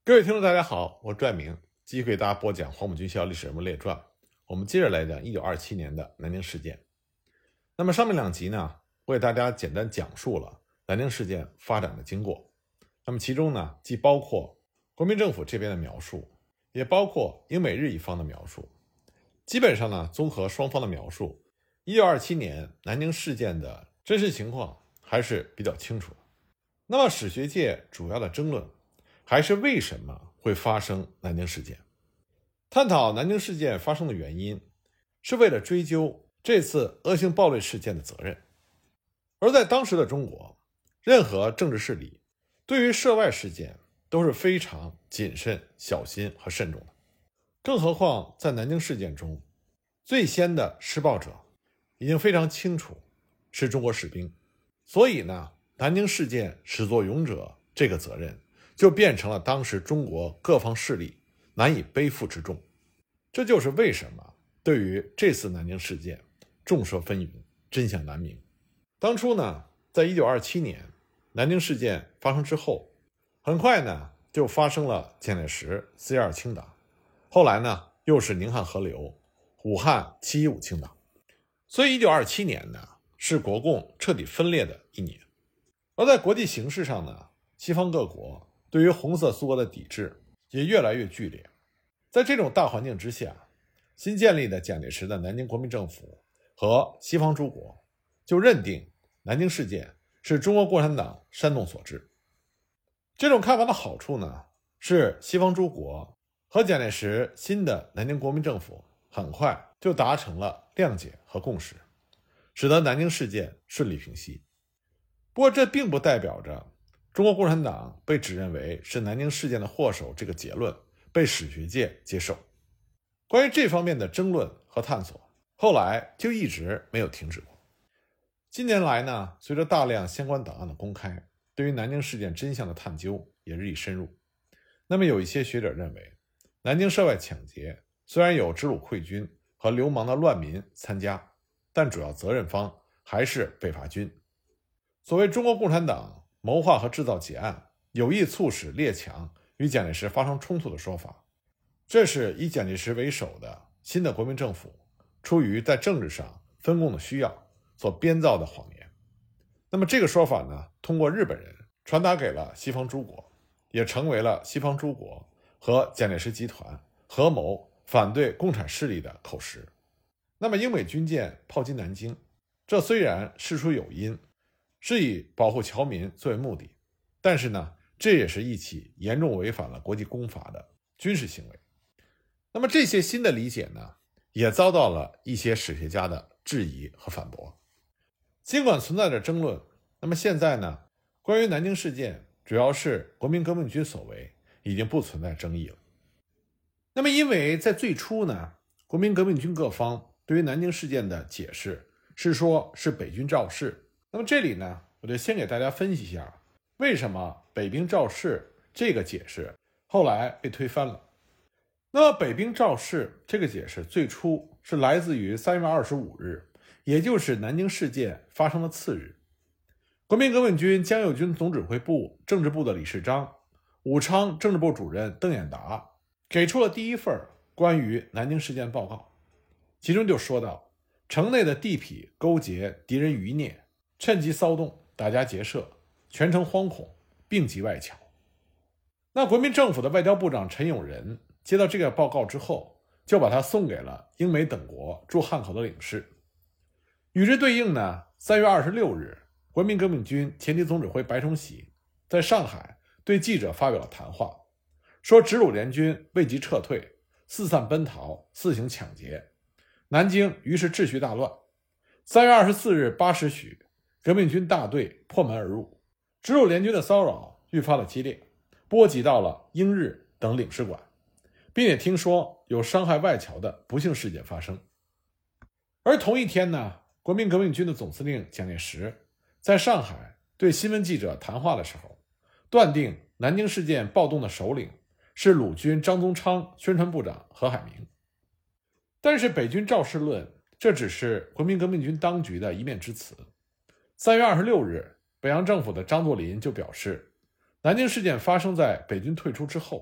各位听众大家好，我是拽明，继续给大家播讲黄埔军校历史人物列传。我们接着来讲1927年的南京事件。那么上面两集呢，我给大家简单讲述了南京事件发展的经过。那么其中呢，既包括国民政府这边的描述，也包括英美日一方的描述。基本上呢，综合双方的描述，1927年南京事件的真实情况还是比较清楚的。那么史学界主要的争论还是为什么会发生南京事件。探讨南京事件发生的原因，是为了追究这次恶性暴力事件的责任。而在当时的中国，任何政治势力对于涉外事件都是非常谨慎、小心和慎重的。更何况在南京事件中，最先的施暴者已经非常清楚是中国士兵，所以呢，南京事件始作俑者这个责任就变成了当时中国各方势力难以背负之重。这就是为什么对于这次南京事件众说纷纭，真相难明。当初呢，在1927年南京事件发生之后，很快呢就发生了蒋介石412清党，后来呢又是宁汉合流、武汉715清党。所以1927年呢是国共彻底分裂的一年。而在国际形势上呢，西方各国对于红色苏俄的抵制也越来越剧烈。在这种大环境之下，新建立的蒋介石的南京国民政府和西方诸国就认定南京事件是中国共产党煽动所致。这种看法的好处呢，是西方诸国和蒋介石新的南京国民政府很快就达成了谅解和共识，使得南京事件顺利平息。不过这并不代表着中国共产党被指认为是南京事件的祸首这个结论被史学界接受。关于这方面的争论和探索，后来就一直没有停止过。近年来呢，随着大量相关档案的公开，对于南京事件真相的探究也日益深入。那么有一些学者认为，南京涉外抢劫虽然有支鲁溃军和流氓的乱民参加，但主要责任方还是北伐军。所谓中国共产党谋划和制造劫案，有意促使列强与蒋介石发生冲突的说法，这是以蒋介石为首的新的国民政府出于在政治上分工的需要所编造的谎言。那么这个说法呢，通过日本人传达给了西方诸国，也成为了西方诸国和蒋介石集团合谋反对共产势力的口实。那么英美军舰炮击南京，这虽然事出有因，是以保护侨民作为目的，但是呢，这也是一起严重违反了国际公法的军事行为。那么这些新的理解呢，也遭到了一些史学家的质疑和反驳。尽管存在着争论，那么现在呢，关于南京事件主要是国民革命军所为，已经不存在争议了。那么因为在最初呢，国民革命军各方对于南京事件的解释是说是北军肇事。那么这里呢，我就先给大家分析一下为什么北兵肇事这个解释后来被推翻了。那么北兵肇事这个解释最初是来自于3月25日，也就是南京事件发生的次日，国民革命军江右军总指挥部政治部的理事长、武昌政治部主任邓演达给出了第一份关于南京事件报告，其中就说到，城内的地痞勾结敌人余孽，趁机骚动，打家劫舍，全城惶恐，病急外侨。那国民政府的外交部长陈永仁接到这个报告之后，就把它送给了英美等国驻汉口的领事。与之对应呢，3月26日，国民革命军前敌总指挥白崇禧在上海对记者发表了谈话，说直鲁联军未及撤退，四散奔逃，四行抢劫，南京于是秩序大乱。3月24日8时许，革命军大队破门而入，直鲁联军的骚扰愈发的激烈，波及到了英日等领事馆，并且听说有伤害外侨的不幸事件发生。而同一天呢，国民革命军的总司令蒋介石在上海对新闻记者谈话的时候，断定南京事件暴动的首领是鲁军张宗昌宣传部长何海明。但是北军肇事论，这只是国民革命军当局的一面之词。3月26日，北洋政府的张作霖就表示，南京事件发生在北军退出之后，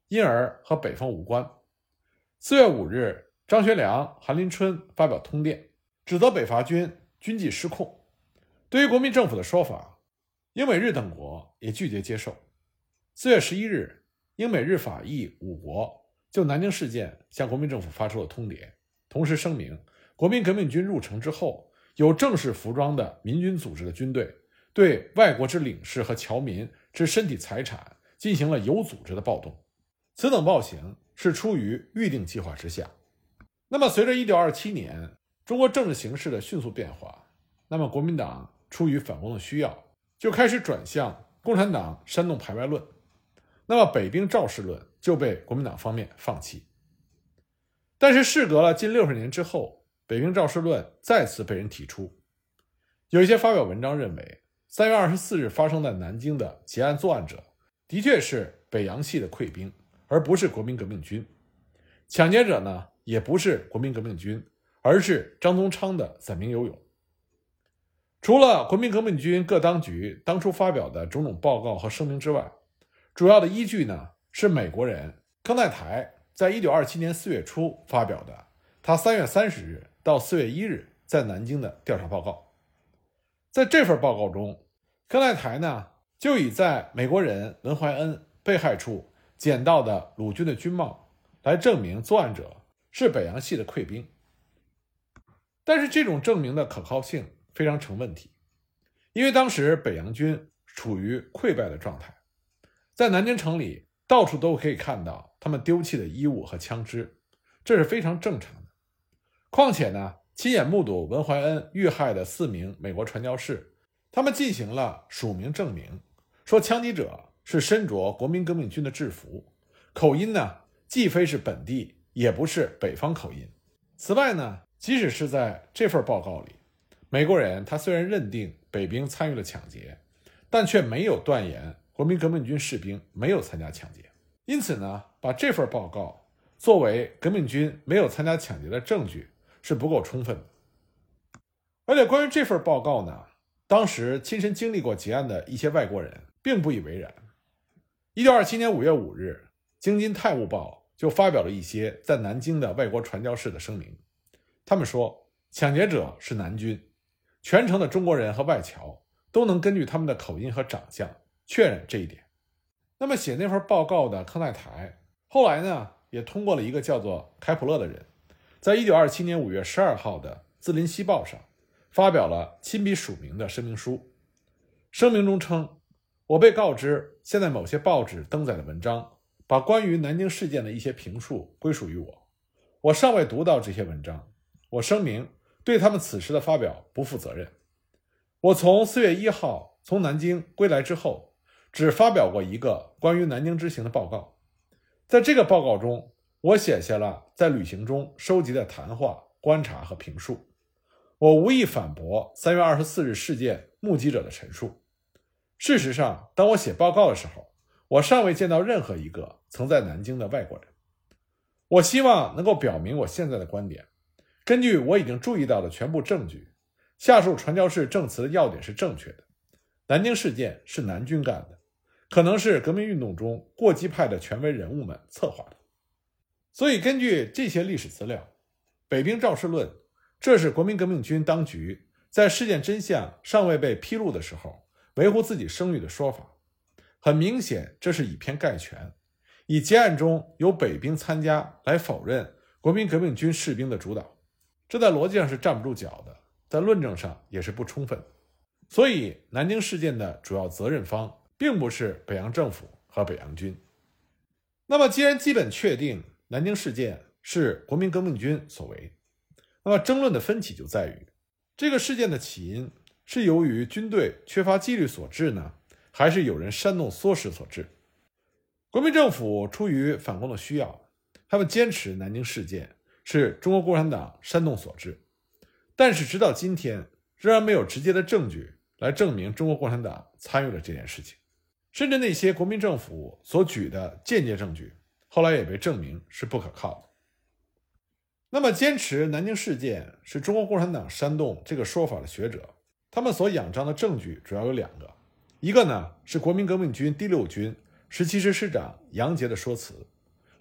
因而和北方无关。4月5日，张学良、韩林春发表通电，指责北伐军军纪失控。对于国民政府的说法，英美日等国也拒绝接受。4月11日，英美日法意5国就南京事件向国民政府发出了通牒，同时声明国民革命军入城之后，有正式服装的民军组织的军队对外国之领事和侨民之身体财产进行了有组织的暴动。此等暴行是出于预定计划之下。那么随着1927年中国政治形势的迅速变化，那么国民党出于反攻的需要，就开始转向共产党煽动排外论，那么北兵肇事论就被国民党方面放弃。但是事隔了近60年之后，北兵肇事论再次被人提出。有一些发表文章认为，3月24日发生在南京的劫案作案者的确是北洋系的溃兵，而不是国民革命军。抢劫者呢，也不是国民革命军，而是张宗昌的散兵游勇。除了国民革命军各当局当初发表的种种报告和声明之外，主要的依据呢是美国人康奈台在1927年4月初发表的他3月30日到4月1日在南京的调查报告。在这份报告中，康奈台呢就以在美国人文怀恩被害处捡到的鲁军的军帽来证明作案者是北洋系的溃兵。但是这种证明的可靠性非常成问题，因为当时北洋军处于溃败的状态，在南京城里到处都可以看到他们丢弃的衣物和枪支，这是非常正常的。况且呢，亲眼目睹文怀恩遇害的4名美国传教士，他们进行了署名证明，说枪击者是身着国民革命军的制服，口音呢既非是本地，也不是北方口音。此外呢，即使是在这份报告里，美国人他虽然认定北兵参与了抢劫，但却没有断言国民革命军士兵没有参加抢劫。因此呢，把这份报告作为革命军没有参加抢劫的证据是不够充分的。而且关于这份报告呢，当时亲身经历过劫案的一些外国人并不以为然。1927年5月5日，京津泰晤报就发表了一些在南京的外国传教士的声明。他们说，抢劫者是南军，全城的中国人和外侨都能根据他们的口音和长相确认这一点。那么写那份报告的康奈台后来呢也通过了一个叫做开普勒的人，在1927年5月12号的《兹林西报》上发表了亲笔署名的声明书。声明中称，我被告知现在某些报纸登载的文章把关于南京事件的一些评述归属于我，我尚未读到这些文章，我声明对他们此时的发表不负责任。我从4月1号从南京归来之后，只发表过一个关于南京之行的报告。在这个报告中，我写下了在旅行中收集的谈话、观察和评述。我无意反驳3月24日事件目击者的陈述。事实上，当我写报告的时候，我尚未见到任何一个曾在南京的外国人。我希望能够表明我现在的观点。根据我已经注意到的全部证据，下述传教士证词的要点是正确的。南京事件是南军干的，可能是革命运动中过激派的权威人物们策划的。所以根据这些历史资料，北兵肇事论，这是国民革命军当局在事件真相尚未被披露的时候维护自己声誉的说法。很明显，这是以偏概全，以劫案中有北兵参加来否认国民革命军士兵的主导，这在逻辑上是站不住脚的，在论证上也是不充分的。所以南京事件的主要责任方并不是北洋政府和北洋军。那么既然基本确定南京事件是国民革命军所为，那么争论的分歧就在于，这个事件的起因是由于军队缺乏纪律所致呢，还是有人煽动唆使所致？国民政府出于反攻的需要，他们坚持南京事件是中国共产党煽动所致，但是直到今天仍然没有直接的证据来证明中国共产党参与了这件事情，甚至那些国民政府所举的间接证据后来也被证明是不可靠的。那么坚持南京事件是中国共产党煽动这个说法的学者，他们所仰仗的证据主要有两个，一个呢是国民革命军第6军17师师长杨杰的说辞，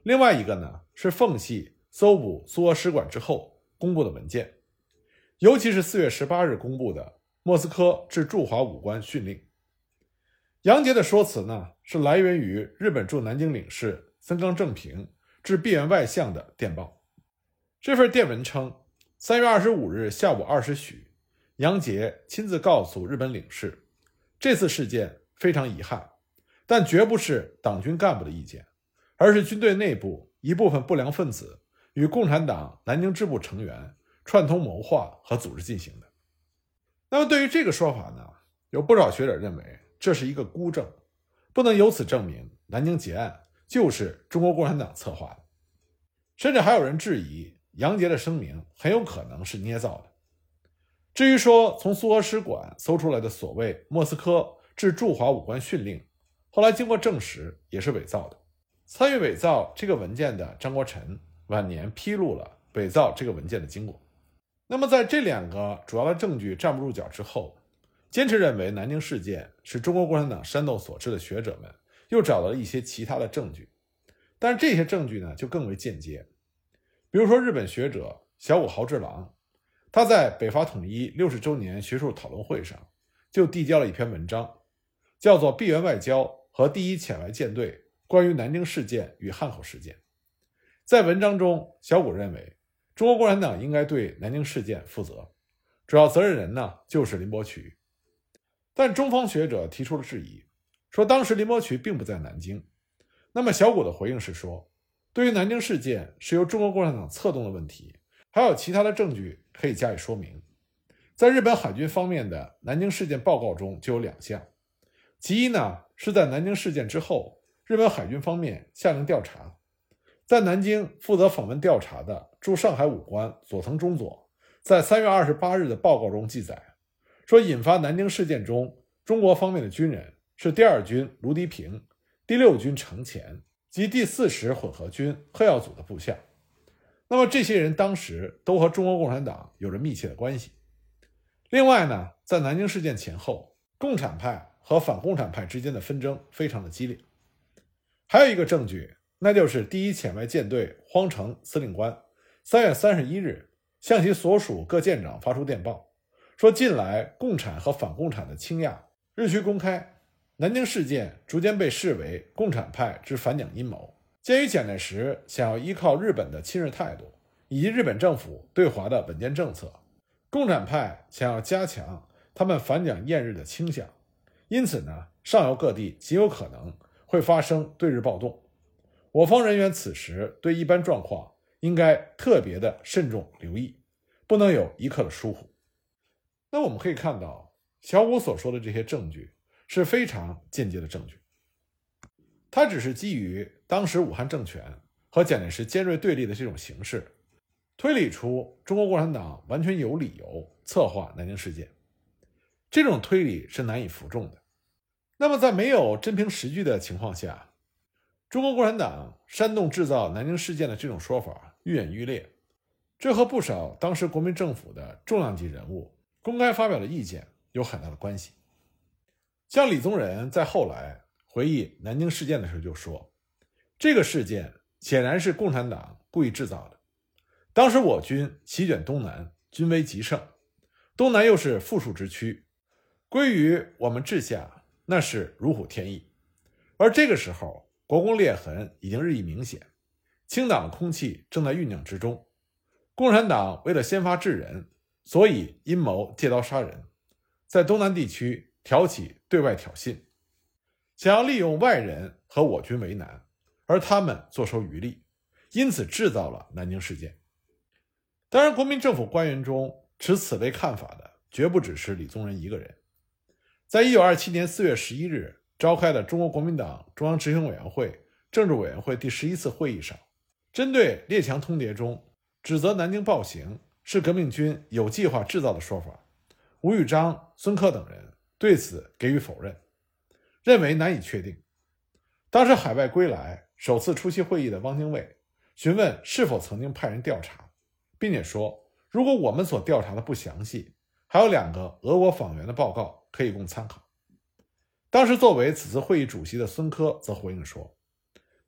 另外一个呢是奉系搜捕苏俄使馆之后公布的文件，尤其是4月18日公布的莫斯科致驻华武官训令。杨洁的说辞呢是来源于日本驻南京领事森冈正平致毕员外相的电报。这份电文称，3月25日下午2时许，杨洁亲自告诉日本领事，这次事件非常遗憾，但绝不是党军干部的意见，而是军队内部一部分不良分子与共产党南京支部成员串通谋划和组织进行的。那么对于这个说法呢，有不少学者认为这是一个孤证，不能由此证明南京劫案就是中国共产党策划的。甚至还有人质疑杨洁的声明很有可能是捏造的。至于说从苏俄使馆搜出来的所谓莫斯科致驻华武官训令，后来经过证实也是伪造的。参与伪造这个文件的张国臣晚年披露了伪造这个文件的经过。那么在这两个主要的证据站不住脚之后，坚持认为南京事件是中国共产党煽动所致的学者们又找到了一些其他的证据，但是这些证据呢就更为间接。比如说日本学者小谷豪治郎，他在北伐统一60周年学术讨论会上就递交了一篇文章，叫做《毕员外交和第一遣外舰队关于南京事件与汉口事件》。在文章中，小谷认为中国共产党应该对南京事件负责，主要责任人呢就是林伯渠。但中方学者提出了质疑，说当时林伯渠并不在南京。那么小谷的回应是说，对于南京事件是由中国共产党策动的问题，还有其他的证据可以加以说明。在日本海军方面的南京事件报告中就有2项，其一呢是在南京事件之后，日本海军方面下令调查，在南京负责访问调查的驻上海武官佐藤忠佐在3月28日的报告中记载，说引发南京事件中中国方面的军人是第2军卢迪平、第6军程潜及第40混合军贺耀祖的部下。那么这些人当时都和中国共产党有着密切的关系。另外呢，在南京事件前后，共产派和反共产派之间的纷争非常的激烈。还有一个证据，那就是第一遣外舰队荒城司令官3月31日向其所属各舰长发出电报，说近来共产和反共产的倾轧日趋公开，南京事件逐渐被视为共产派之反蒋阴谋。鉴于蒋介石想要依靠日本的亲日态度以及日本政府对华的稳健政策，共产派想要加强他们反蒋厌日的倾向，因此呢，上游各地极有可能会发生对日暴动。我方人员此时对一般状况应该特别的慎重留意，不能有一刻的疏忽。那我们可以看到，小谷所说的这些证据是非常间接的证据，他只是基于当时武汉政权和蒋介石尖锐对立的这种形势，推理出中国共产党完全有理由策划南京事件。这种推理是难以服众的。那么在没有真凭实据的情况下，中国共产党煽动制造南京事件的这种说法愈演愈烈，这和不少当时国民政府的重量级人物公开发表的意见有很大的关系。像李宗仁在后来回忆南京事件的时候就说，这个事件显然是共产党故意制造的。当时我军席卷东南，军威极盛，东南又是富庶之区，归于我们治下那是如虎添翼。而这个时候国共裂痕已经日益明显，清党的空气正在酝酿之中。共产党为了先发制人，所以阴谋借刀杀人，在东南地区挑起对外挑衅，想要利用外人和我军为难，而他们坐收渔利，因此制造了南京事件。当然，国民政府官员中持此类看法的绝不只是李宗仁一个人。在1927年4月11日召开的中国国民党中央执行委员会政治委员会第11次会议上，针对列强通牒中指责南京暴行是革命军有计划制造的说法，吴玉章、孙科等人对此给予否认，认为难以确定。当时海外归来首次出席会议的汪精卫询问是否曾经派人调查，并且说如果我们所调查的不详细，还有2个俄国访员的报告可以供参考。当时作为此次会议主席的孙科则回应说，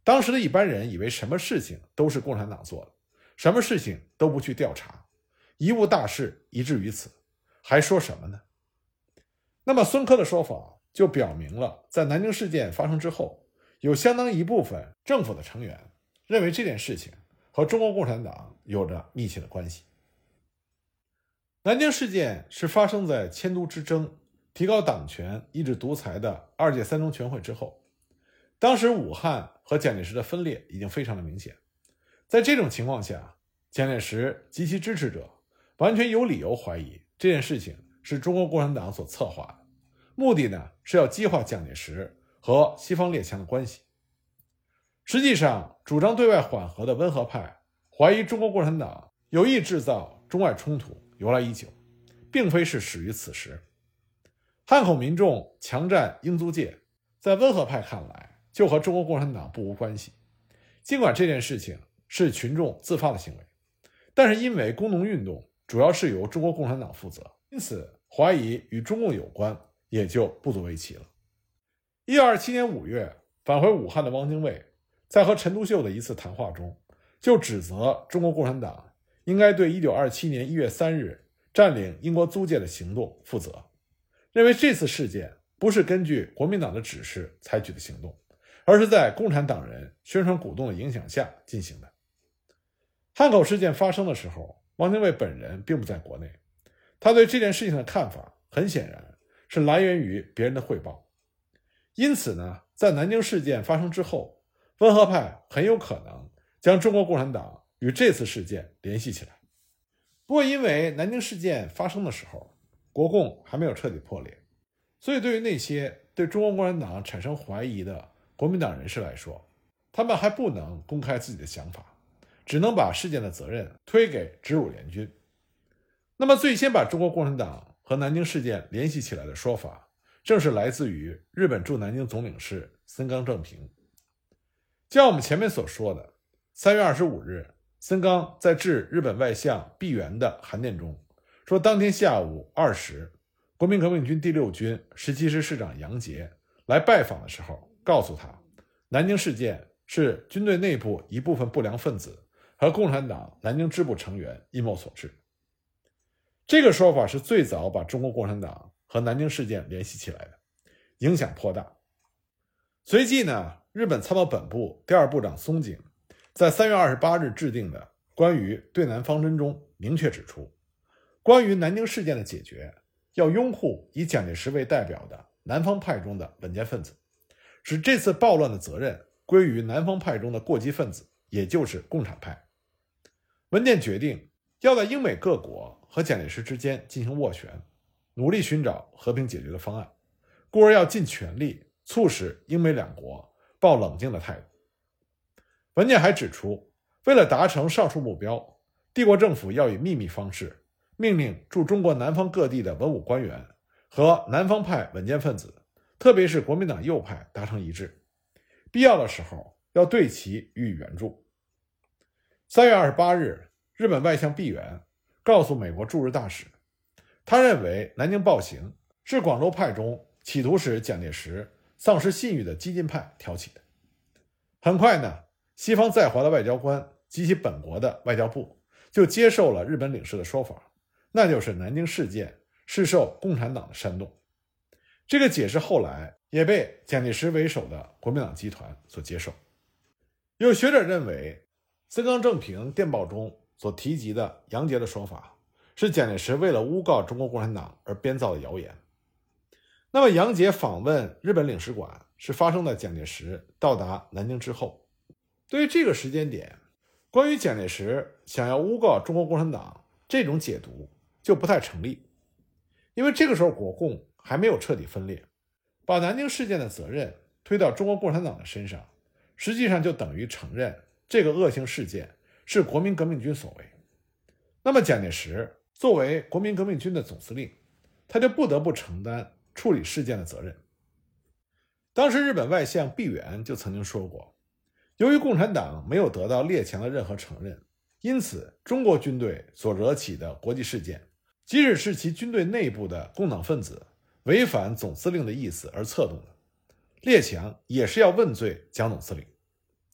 当时的一般人以为什么事情都是共产党做的，什么事情都不去调查，贻误大事以至于此，还说什么呢？那么孙科的说法就表明了，在南京事件发生之后，有相当一部分政府的成员认为这件事情和中国共产党有着密切的关系。南京事件是发生在迁都之争、提高党权、抑制独裁的2届3中全会之后。当时武汉和蒋介石的分裂已经非常的明显，在这种情况下，蒋介石及其支持者完全有理由怀疑这件事情是中国共产党所策划的，目的呢是要激化蒋介石和西方列强的关系。实际上，主张对外缓和的温和派怀疑中国共产党有意制造中外冲突由来已久，并非是始于此时。汉口民众强占英租界，在温和派看来就和中国共产党不无关系。尽管这件事情是群众自发的行为，但是因为工农运动主要是由中国共产党负责，因此怀疑与中共有关也就不足为奇了。1927年5月返回武汉的汪精卫在和陈独秀的一次谈话中，就指责中国共产党应该对1927年1月3日占领英国租界的行动负责，认为这次事件不是根据国民党的指示采取的行动，而是在共产党人宣传鼓动的影响下进行的。汉口事件发生的时候，汪精卫本人并不在国内，他对这件事情的看法很显然是来源于别人的汇报。因此呢，在南京事件发生之后，温和派很有可能将中国共产党与这次事件联系起来。不过因为南京事件发生的时候，国共还没有彻底破裂，所以对于那些对中国共产党产生怀疑的国民党人士来说，他们还不能公开自己的想法，只能把事件的责任推给直鲁联军。那么最先把中国共产党和南京事件联系起来的说法，正是来自于日本驻南京总领事森冈正平。就像我们前面所说的，3月25日，森冈在致日本外相毕原的函电中说，当天下午2时，国民革命军第6军17师师长杨杰来拜访的时候，告诉他，南京事件是军队内部一部分不良分子和共产党南京支部成员阴谋所致。这个说法是最早把中国共产党和南京事件联系起来的，影响颇大。随即呢，日本参谋本部第2部长松井在3月28日制定的关于对南方针中明确指出，关于南京事件的解决，要拥护以蒋介石为代表的南方派中的稳健分子，使这次暴乱的责任归于南方派中的过激分子，也就是共产派。文件决定要在英美各国和蒋介石之间进行斡旋，努力寻找和平解决的方案，故而要尽全力促使英美两国抱冷静的态度。文件还指出，为了达成上述目标，帝国政府要以秘密方式命令驻中国南方各地的文武官员和南方派稳健分子，特别是国民党右派达成一致，必要的时候要对其予以援助。3月28日，日本外相毕原告诉美国驻日大使，他认为南京暴行是广州派中企图使蒋介石丧失信誉的激进派挑起的。很快呢，西方在华的外交官及其本国的外交部就接受了日本领事的说法，那就是南京事件是受共产党的煽动。这个解释后来也被蒋介石为首的国民党集团所接受。有学者认为，森冈正平电报中所提及的杨杰的说法是蒋介石为了诬告中国共产党而编造的谣言。那么杨杰访问日本领事馆是发生在蒋介石到达南京之后。对于这个时间点，关于蒋介石想要诬告中国共产党这种解读就不太成立，因为这个时候国共还没有彻底分裂，把南京事件的责任推到中国共产党的身上，实际上就等于承认这个恶性事件是国民革命军所为。那么蒋介石作为国民革命军的总司令，他就不得不承担处理事件的责任。当时日本外相毕原就曾经说过，由于共产党没有得到列强的任何承认，因此中国军队所惹起的国际事件，即使是其军队内部的共党分子违反总司令的意思而策动的，列强也是要问罪蒋总司令。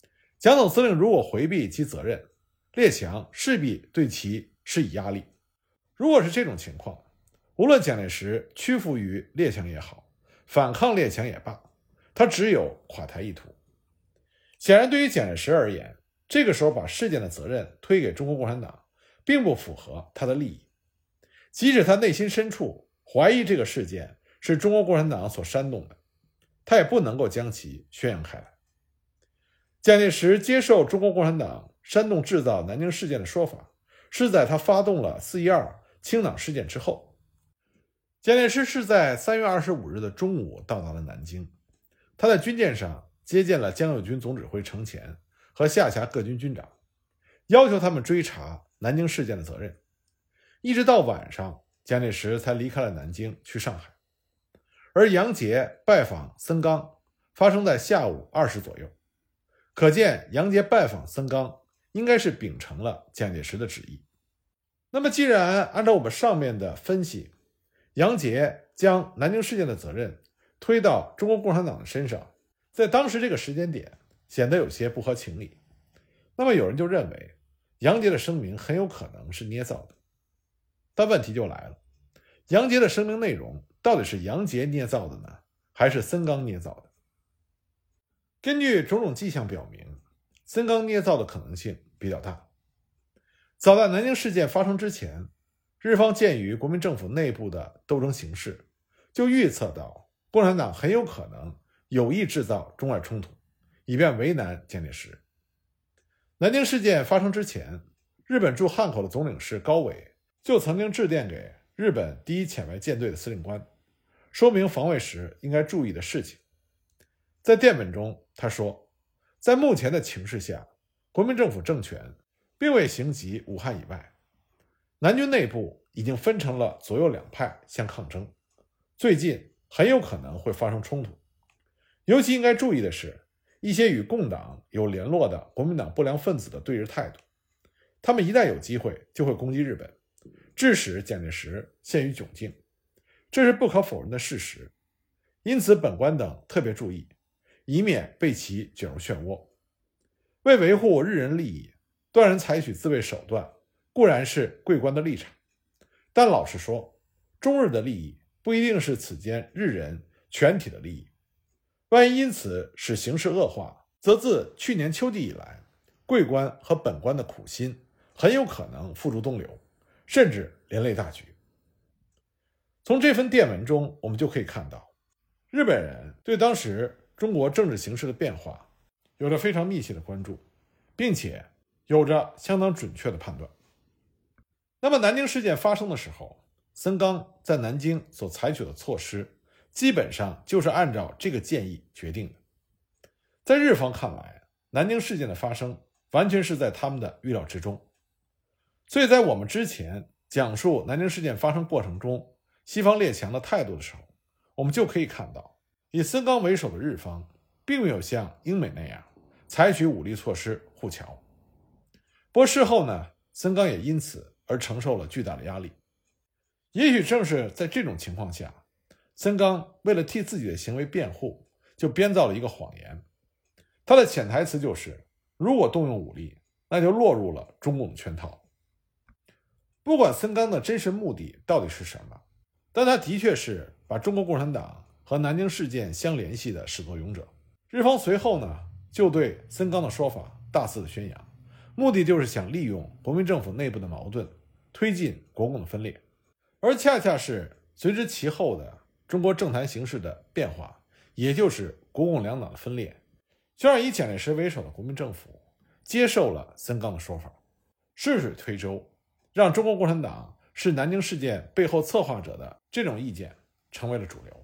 蒋总司令如果回避其责任，列强势必对其施以压力。如果是这种情况，无论蒋介石屈服于列强也好，反抗列强也罢，他只有垮台意图。显然，对于蒋介石而言，这个时候把事件的责任推给中国共产党，并不符合他的利益。即使他内心深处怀疑这个事件是中国共产党所煽动的，他也不能够将其宣扬开来。蒋介石接受中国共产党煽动制造南京事件的说法，是在他发动了4·12清党事件之后。蒋介石是在3月25日的中午到达了南京，他在军舰上接见了江右军总指挥程潜和下辖各军军长，要求他们追查南京事件的责任。一直到晚上，蒋介石才离开了南京去上海。而杨杰拜访森冈发生在下午2时左右，可见杨杰拜访森冈应该是秉承了蒋介石的旨意。那么既然按照我们上面的分析，杨杰将南京事件的责任推到中国共产党的身上，在当时这个时间点显得有些不合情理。那么有人就认为杨杰的声明很有可能是捏造的。但问题就来了，杨杰的声明内容到底是杨杰捏造的呢，还是森冈捏造的？根据种种迹象表明，森冈捏造的可能性比较大。早在南京事件发生之前，日方鉴于国民政府内部的斗争形势，就预测到共产党很有可能有意制造中外冲突，以便为难蒋介石。南京事件发生之前，日本驻汉口的总领事高伟就曾经致电给日本第一遣外舰队的司令官，说明防卫时应该注意的事情。在电文中他说，在目前的情势下，国民政府政权并未行及武汉以外，南军内部已经分成了左右两派相抗争，最近很有可能会发生冲突。尤其应该注意的是，一些与共党有联络的国民党不良分子的对日态度，他们一旦有机会就会攻击日本，致使蒋介石陷于窘境，这是不可否认的事实。因此本官等特别注意，以免被其卷入漩涡。为维护日人利益，断然采取自卫手段固然是贵官的立场，但老实说，中日的利益不一定是此间日人全体的利益。万一因此使形势恶化，则自去年秋季以来，贵官和本官的苦心很有可能付诸东流，甚至连累大局。从这份电文中我们就可以看到，日本人对当时中国政治形势的变化有着非常密切的关注，并且有着相当准确的判断。那么南京事件发生的时候，森冈在南京所采取的措施基本上就是按照这个建议决定的。在日方看来，南京事件的发生完全是在他们的预料之中。所以在我们之前讲述南京事件发生过程中西方列强的态度的时候，我们就可以看到，以森冈为首的日方并没有像英美那样采取武力措施护侨。不过事后呢，森冈也因此而承受了巨大的压力。也许正是在这种情况下，森冈为了替自己的行为辩护，就编造了一个谎言。他的潜台词就是，如果动用武力，那就落入了中共的圈套。不管森冈的真实目的到底是什么，但他的确是把中国共产党和南京事件相联系的始作俑者。日方随后呢，就对森冈的说法大肆的宣扬，目的就是想利用国民政府内部的矛盾，推进国共的分裂。而恰恰是随之其后的中国政坛形势的变化，也就是国共两党的分裂，就让以蒋介石为首的国民政府接受了森冈的说法，顺水推舟，让中国共产党是南京事件背后策划者的这种意见成为了主流。